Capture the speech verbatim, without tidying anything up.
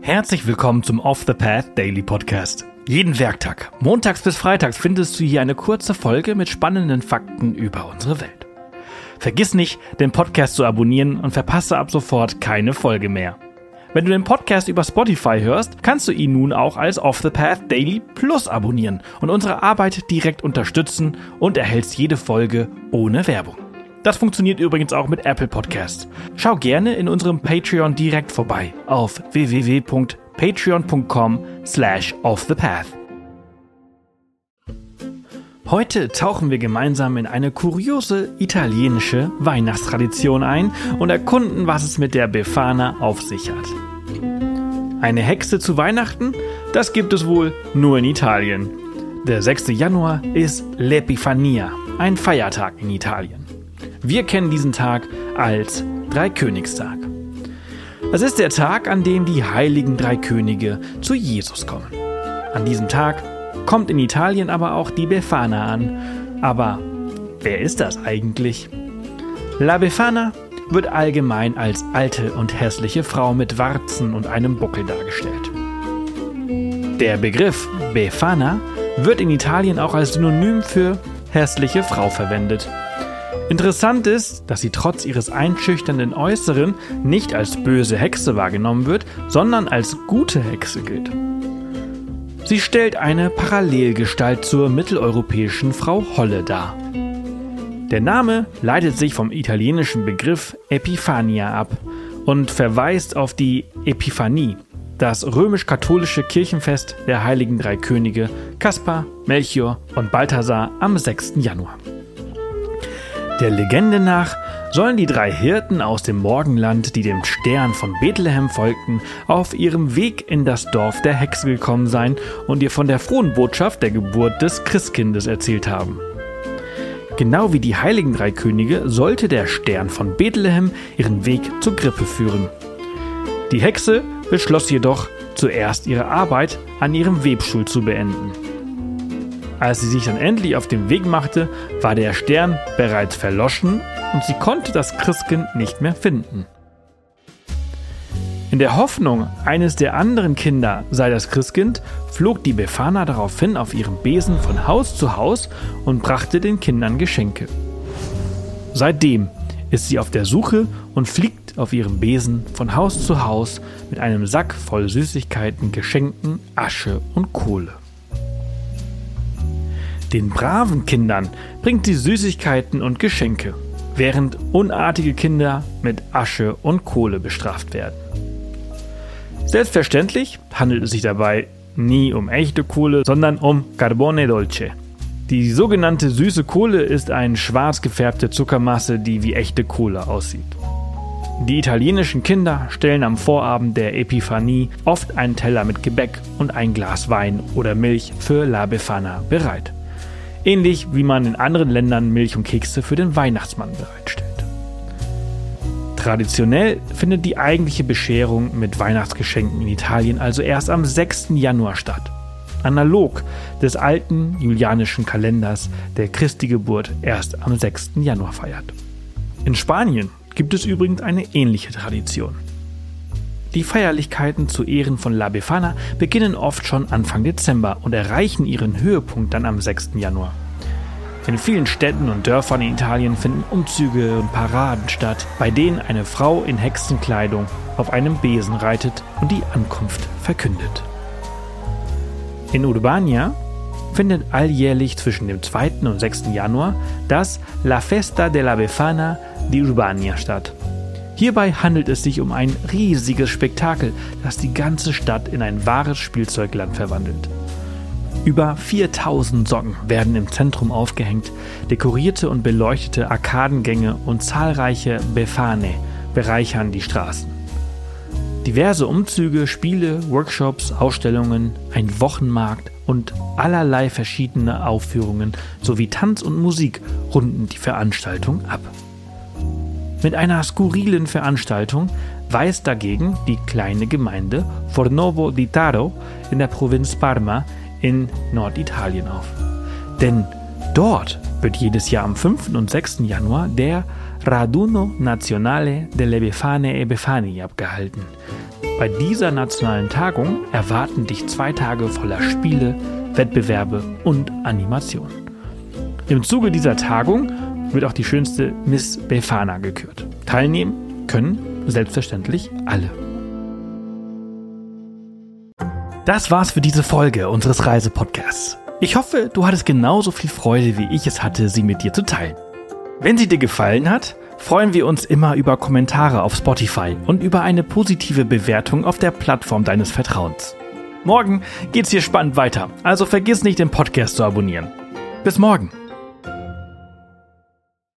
Herzlich willkommen zum Off the Path Daily Podcast. Jeden Werktag, montags bis freitags, findest du hier eine kurze Folge mit spannenden Fakten über unsere Welt. Vergiss nicht, den Podcast zu abonnieren und verpasse ab sofort keine Folge mehr. Wenn du den Podcast über Spotify hörst, kannst du ihn nun auch als Off the Path Daily Plus abonnieren und unsere Arbeit direkt unterstützen und erhältst jede Folge ohne Werbung. Das funktioniert übrigens auch mit Apple Podcasts. Schau gerne in unserem Patreon direkt vorbei auf w w w punkt patreon punkt com slash off the path. Heute tauchen wir gemeinsam in eine kuriose italienische Weihnachtstradition ein und erkunden, was es mit der Befana auf sich hat. Eine Hexe zu Weihnachten? Das gibt es wohl nur in Italien. Der sechste Januar ist l'Epifania, ein Feiertag in Italien. Wir kennen diesen Tag als Dreikönigstag. Es ist der Tag, an dem die heiligen drei Könige zu Jesus kommen. An diesem Tag kommt in Italien aber auch die Befana an. Aber wer ist das eigentlich? La Befana wird allgemein als alte und hässliche Frau mit Warzen und einem Buckel dargestellt. Der Begriff Befana wird in Italien auch als Synonym für hässliche Frau verwendet. Interessant ist, dass sie trotz ihres einschüchternden Äußeren nicht als böse Hexe wahrgenommen wird, sondern als gute Hexe gilt. Sie stellt eine Parallelgestalt zur mitteleuropäischen Frau Holle dar. Der Name leitet sich vom italienischen Begriff Epifania ab und verweist auf die Epiphanie, das römisch-katholische Kirchenfest der heiligen drei Könige Kaspar, Melchior und Balthasar am sechsten Januar. Der Legende nach sollen die drei Hirten aus dem Morgenland, die dem Stern von Bethlehem folgten, auf ihrem Weg in das Dorf der Hexe gekommen sein und ihr von der frohen Botschaft der Geburt des Christkindes erzählt haben. Genau wie die heiligen drei Könige sollte der Stern von Bethlehem ihren Weg zur Krippe führen. Die Hexe beschloss jedoch, zuerst ihre Arbeit an ihrem Webstuhl zu beenden. Als sie sich dann endlich auf den Weg machte, war der Stern bereits verloschen und sie konnte das Christkind nicht mehr finden. In der Hoffnung, eines der anderen Kinder sei das Christkind, flog die Befana daraufhin auf ihrem Besen von Haus zu Haus und brachte den Kindern Geschenke. Seitdem ist sie auf der Suche und fliegt auf ihrem Besen von Haus zu Haus mit einem Sack voll Süßigkeiten, Geschenken, Asche und Kohle. Den braven Kindern bringt sie Süßigkeiten und Geschenke, während unartige Kinder mit Asche und Kohle bestraft werden. Selbstverständlich handelt es sich dabei nie um echte Kohle, sondern um Carbone Dolce. Die sogenannte süße Kohle ist eine schwarz gefärbte Zuckermasse, die wie echte Kohle aussieht. Die italienischen Kinder stellen am Vorabend der Epiphanie oft einen Teller mit Gebäck und ein Glas Wein oder Milch für La Befana bereit. Ähnlich wie man in anderen Ländern Milch und Kekse für den Weihnachtsmann bereitstellt. Traditionell findet die eigentliche Bescherung mit Weihnachtsgeschenken in Italien also erst am sechsten Januar statt. Analog des alten julianischen Kalenders, der Christi Geburt erst am sechsten Januar feiert. In Spanien gibt es übrigens eine ähnliche Tradition. Die Feierlichkeiten zu Ehren von La Befana beginnen oft schon Anfang Dezember und erreichen ihren Höhepunkt dann am sechsten Januar. In vielen Städten und Dörfern in Italien finden Umzüge und Paraden statt, bei denen eine Frau in Hexenkleidung auf einem Besen reitet und die Ankunft verkündet. In Urbania findet alljährlich zwischen dem zweiten und sechsten Januar das La Festa della Befana di Urbania statt. Hierbei handelt es sich um ein riesiges Spektakel, das die ganze Stadt in ein wahres Spielzeugland verwandelt. Über viertausend Socken werden im Zentrum aufgehängt, dekorierte und beleuchtete Arkadengänge und zahlreiche Befane bereichern die Straßen. Diverse Umzüge, Spiele, Workshops, Ausstellungen, ein Wochenmarkt und allerlei verschiedene Aufführungen sowie Tanz und Musik runden die Veranstaltung ab. Mit einer skurrilen Veranstaltung weist dagegen die kleine Gemeinde Fornovo di Taro in der Provinz Parma in Norditalien auf. Denn dort wird jedes Jahr am fünften und sechsten Januar der Raduno Nazionale delle Befane e Befani abgehalten. Bei dieser nationalen Tagung erwarten dich zwei Tage voller Spiele, Wettbewerbe und Animationen. Im Zuge dieser Tagung wird auch die schönste Miss Befana gekürt. Teilnehmen können selbstverständlich alle. Das war's für diese Folge unseres Reisepodcasts. Ich hoffe, du hattest genauso viel Freude, wie ich es hatte, sie mit dir zu teilen. Wenn sie dir gefallen hat, freuen wir uns immer über Kommentare auf Spotify und über eine positive Bewertung auf der Plattform deines Vertrauens. Morgen geht's hier spannend weiter, also vergiss nicht, den Podcast zu abonnieren. Bis morgen!